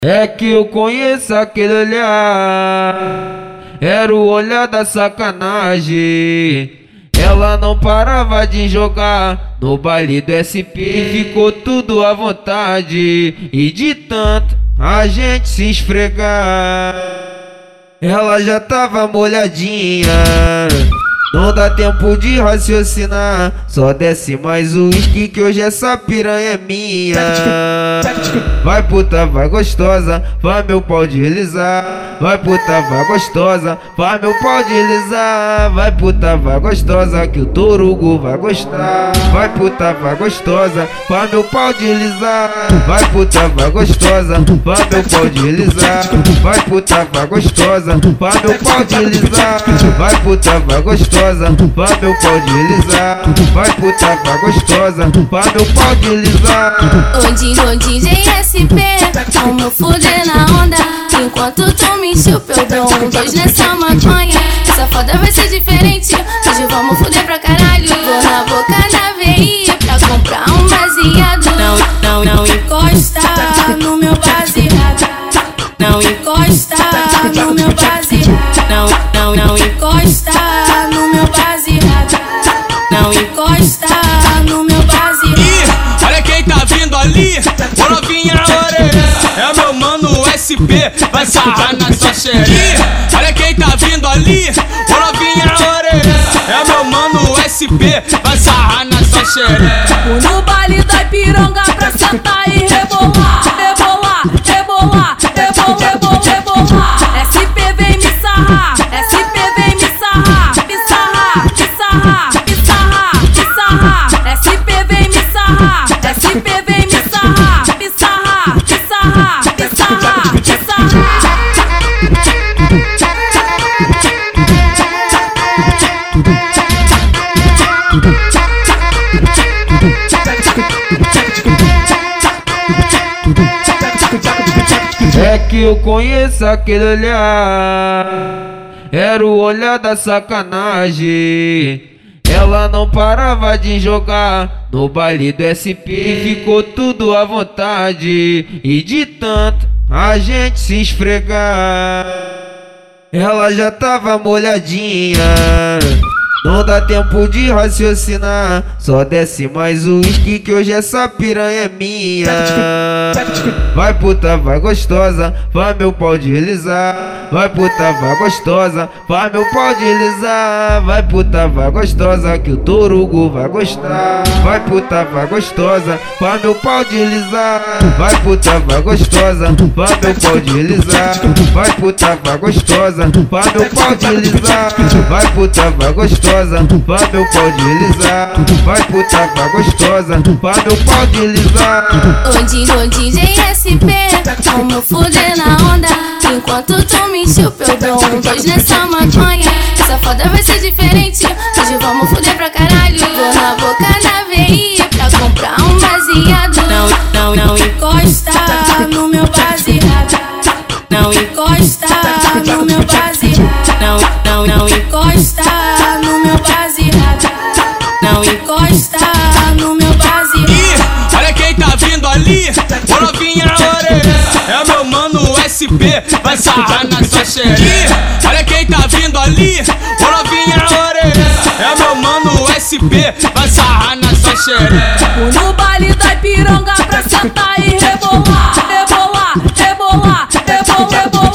É que eu conheço aquele olhar, era o olhar da sacanagem. Ela não parava de jogar no baile do SP e ficou tudo à vontade. E de tanto a gente se esfregar, ela já tava molhadinha. Não dá tempo de raciocinar, só desce mais o uísque que hoje essa piranha é minha. Vai puta, vai gostosa, vai meu pau deslizar. Vai puta, vai gostosa, vai meu pau deslizar. Vai puta, vai gostosa, que o Torugo vai gostar. Vai puta, vai gostosa, vai meu pau deslizar. Vai puta, vai gostosa, vai meu pau deslizar. Vai puta, vai gostosa, vai meu pau deslizar. Vai puta, vai gostosa, vai meu pau deslizar. Vai puta, vai gostosa, vai meu pau deslizar. Ô DJ SP, vamos fuder na onda. Enquanto tu me chupa, eu dou um dois nessa maconha. Essa foda vai ser diferente, hoje vamos fuder pra caralho. Vou na boca da VI pra comprar um baseado. Não encosta no meu baseado. Não encosta no meu baseado. Não encosta no meu baseado. Não encosta no meu baseado. Ih, olha quem tá vindo ali, ô novinha orelha. É meu mano SP, vai sarrar na sua xereca. Olha quem tá vindo ali, ô novinha orelha. É meu mano SP, vai sarrar na sua xereca. No baile da Ipiranga pra sentar e rebolar. Rebolar, rebolar, rebolar, rebolar. SP vem me sarrar, SP vem me sarrar. Me sarrar, me sarrar, me sarrar, me sarrar. SP vem me sarrar, SP vem me sarrar. Me sarrar, me sarrar, me sarrar, me sarrar. É que eu conheço aquele olhar, era o olhar da sacanagem. Ela não parava de jogar no baile do SP e ficou tudo à vontade. E de tanto a gente se esfregar, ela já tava molhadinha. Não dá tempo de raciocinar, só desce mais o uísque que hoje essa piranha é minha. Vai puta, vai gostosa, vai meu pau deslizar. Vai puta, vai gostosa, vai meu pau deslizar. Vai puta, vai gostosa, que o Torugo vai gostar. Vai puta, vai gostosa, vai meu pau deslizar. Vai puta, vai gostosa, vai meu pau deslizar. Vai puta, vai gostosa, vai meu pau deslizar. Vai puta, vai gostosa, vai meu pau deslizar. Vai puta, vai gostosa, vai meu pau deslizar. Ô DJ SP, vamos fuder na onda. Enquanto tu me chupa, eu dou um dois nessa maconha. Essa foda vai ser diferente, hoje vamos fuder pra caralho. Vou na boca da VI pra comprar um baseado. Não encosta no meu baseado. Não encosta no meu baseado. Não encosta no meu baseado. Não encosta no meu baseado. Ih, olha quem tá vindo ali, ô novinha orelha. É meu mano SP, vai sarrar na sua xereca. Ih, olha quem tá vindo ali, ô novinha orelha. É meu mano SP, vai sarrar na sua xereca. No baile da Ipiranga pra sentar e rebolar. Rebolar, rebolar, rebolar, rebolar.